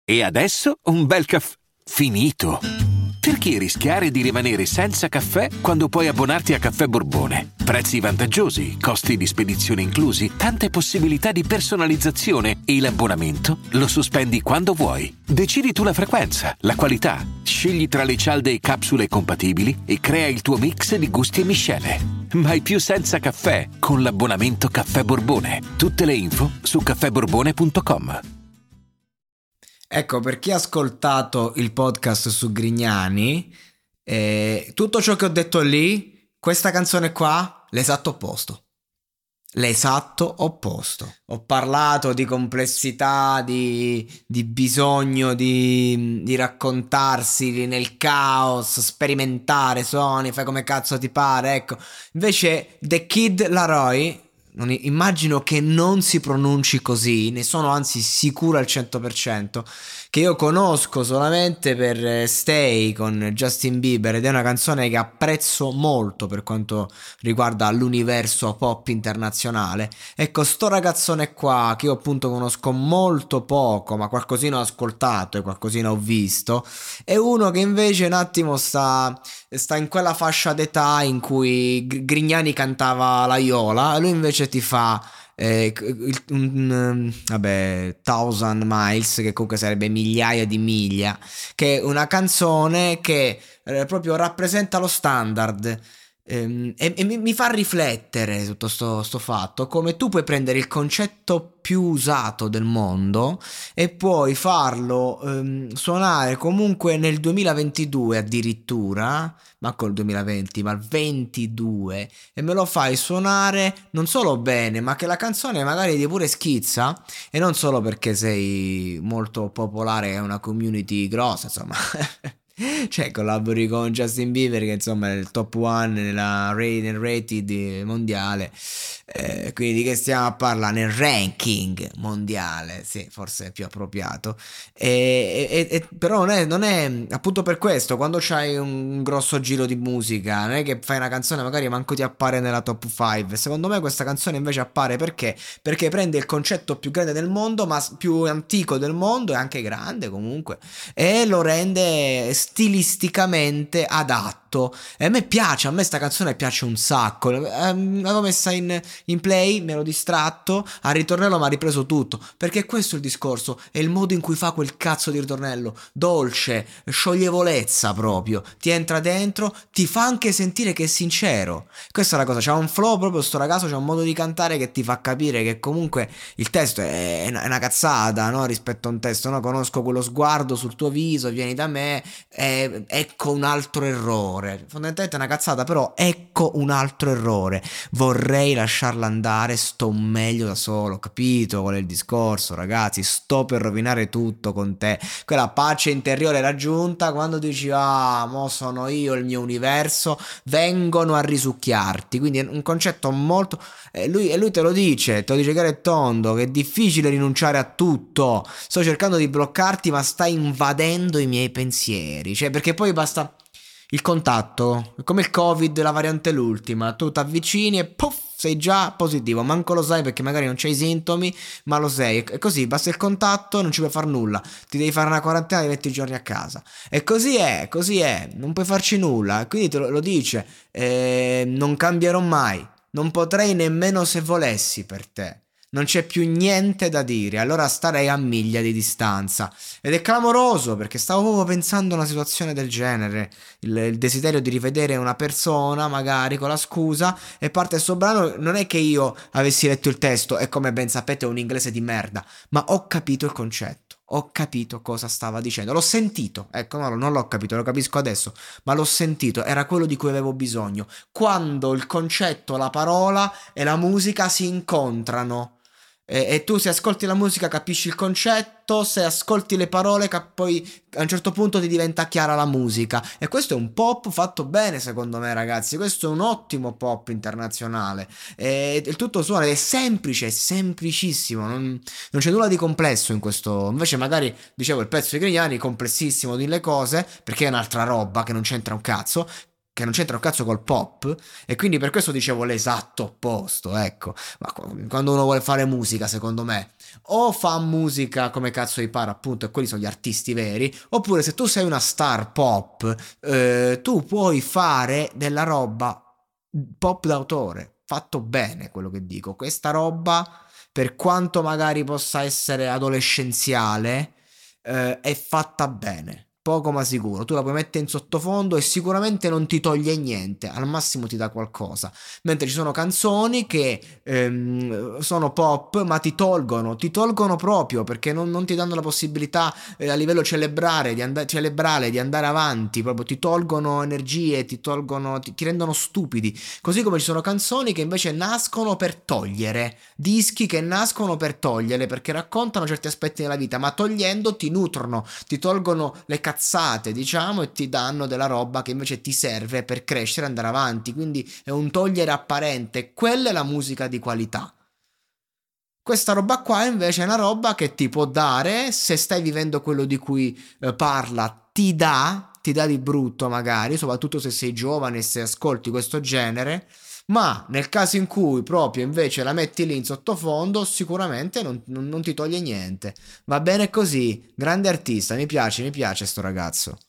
E adesso un bel caffè finito. Perché rischiare di rimanere senza caffè quando puoi abbonarti a Caffè Borbone? Prezzi vantaggiosi, costi di spedizione inclusi, tante possibilità di personalizzazione e l'abbonamento lo sospendi quando vuoi. Decidi tu la frequenza, la qualità, scegli tra le cialde e capsule compatibili e crea il tuo mix di gusti e miscele. Mai più senza caffè con l'abbonamento Caffè Borbone. Tutte le info su caffèborbone.com. Ecco, per chi ha ascoltato il podcast su Grignani, tutto ciò che ho detto lì, questa canzone qua, l'esatto opposto. L'esatto opposto. Ho parlato di complessità, di bisogno di raccontarsi nel caos, sperimentare suoni, fai come cazzo ti pare, ecco. Invece The Kid Laroi, immagino che non si pronunci così, ne sono anzi sicuro al 100%, che io conosco solamente per Stay con Justin Bieber, ed è una canzone che apprezzo molto per quanto riguarda l'universo pop internazionale. Ecco, sto ragazzone qua, che io appunto conosco molto poco, ma qualcosina ho ascoltato e qualcosina ho visto, è uno che invece un attimo sta in quella fascia d'età in cui Grignani cantava la Iola, e lui invece ti fa Thousand Miles, che comunque sarebbe migliaia di miglia, che è una canzone che proprio rappresenta lo standard. E mi fa riflettere tutto sto fatto, come tu puoi prendere il concetto più usato del mondo e puoi farlo suonare comunque nel 2022 addirittura, ma col 2020, ma il 22, e me lo fai suonare non solo bene, ma che la canzone magari ti pure schizza, e non solo perché sei molto popolare e una community grossa, insomma. Cioè, collabori con Justin Bieber, che insomma è il top one nel rated mondiale, quindi di che stiamo a parlare? Nel ranking mondiale, sì, forse è più appropriato, però non è appunto per questo, quando c'hai un grosso giro di musica, non è che fai una canzone magari manco ti appare nella top 5. Secondo me questa canzone invece appare perché prende il concetto più grande del mondo, ma più antico del mondo, e anche grande comunque, e lo rende stilisticamente adatto. E a me piace, a me sta canzone piace un sacco. L'avevo messa in play, mi ero distratto, al ritornello mi ha ripreso tutto, perché questo è il discorso, è il modo in cui fa quel cazzo di ritornello, dolce, scioglievolezza proprio, ti entra dentro, ti fa anche sentire che è sincero. Questa è la cosa, c'ha un flow proprio sto ragazzo, c'ha un modo di cantare che ti fa capire che comunque il testo è una cazzata, no? Rispetto a un testo, no? Conosco quello sguardo sul tuo viso, vieni da me, ecco un altro errore. Fondamentalmente è una cazzata, però ecco un altro errore. Vorrei lasciarla andare, sto meglio da solo. Capito qual è il discorso, ragazzi? Sto per rovinare tutto con te. Quella pace interiore raggiunta quando dici mo sono io, il mio universo, vengono a risucchiarti. Quindi è un concetto molto... E lui te lo dice chiaro e tondo, che è difficile rinunciare a tutto. Sto cercando di bloccarti, ma stai invadendo i miei pensieri. Cioè, perché poi basta il contatto, è come il Covid, la variante l'ultima, tu ti avvicini e puff, sei già positivo, manco lo sai perché magari non c'hai i sintomi, ma lo sei, e così basta il contatto, non ci puoi far nulla, ti devi fare una quarantena di 20 giorni a casa, e così è, non puoi farci nulla, quindi te lo dice, non cambierò mai, non potrei nemmeno se volessi per te. Non c'è più niente da dire, allora starei a miglia di distanza. Ed è clamoroso, perché stavo proprio pensando a una situazione del genere, il desiderio di rivedere una persona magari con la scusa, e parte sto brano. Non è che io avessi letto il testo e, come ben sapete, è un inglese di merda, ma ho capito il concetto, ho capito cosa stava dicendo, l'ho sentito, ecco, no, non l'ho capito, lo capisco adesso, ma l'ho sentito, era quello di cui avevo bisogno, quando il concetto, la parola e la musica si incontrano. E tu, se ascolti la musica, capisci il concetto, se ascolti le parole poi a un certo punto ti diventa chiara la musica. E questo è un pop fatto bene, secondo me, ragazzi. Questo è un ottimo pop internazionale, e il tutto suona, è semplice, è semplicissimo, non c'è nulla di complesso in questo. Invece magari, dicevo, il pezzo di Grignani complessissimo di le cose, perché è un'altra roba che non c'entra un cazzo. che non c'entra un cazzo col pop, e quindi per questo dicevo l'esatto opposto, ecco. Ma quando uno vuole fare musica, secondo me, o fa musica come cazzo gli pare, appunto, e quelli sono gli artisti veri, oppure se tu sei una star pop, tu puoi fare della roba pop d'autore, fatto bene quello che dico. Questa roba, per quanto magari possa essere adolescenziale, è fatta bene. Poco ma sicuro, tu la puoi mettere in sottofondo e sicuramente non ti toglie niente, al massimo ti dà qualcosa. Mentre ci sono canzoni che sono pop ma ti tolgono proprio perché non ti danno la possibilità a livello celebrare, cerebrale di andare avanti, proprio ti tolgono energie, ti rendono stupidi. Così come ci sono canzoni che invece nascono per togliere, dischi che nascono per togliere perché raccontano certi aspetti della vita, ma togliendo ti nutrono, ti tolgono le cazzate, diciamo, e ti danno della roba che invece ti serve per crescere e andare avanti. Quindi è un togliere apparente, quella è la musica di qualità. Questa roba qua invece è una roba che ti può dare, se stai vivendo quello di cui parla, ti dà di brutto magari, soprattutto se sei giovane e se ascolti questo genere, ma nel caso in cui proprio invece la metti lì in sottofondo, sicuramente non ti toglie niente. Va bene così, grande artista, mi piace sto ragazzo.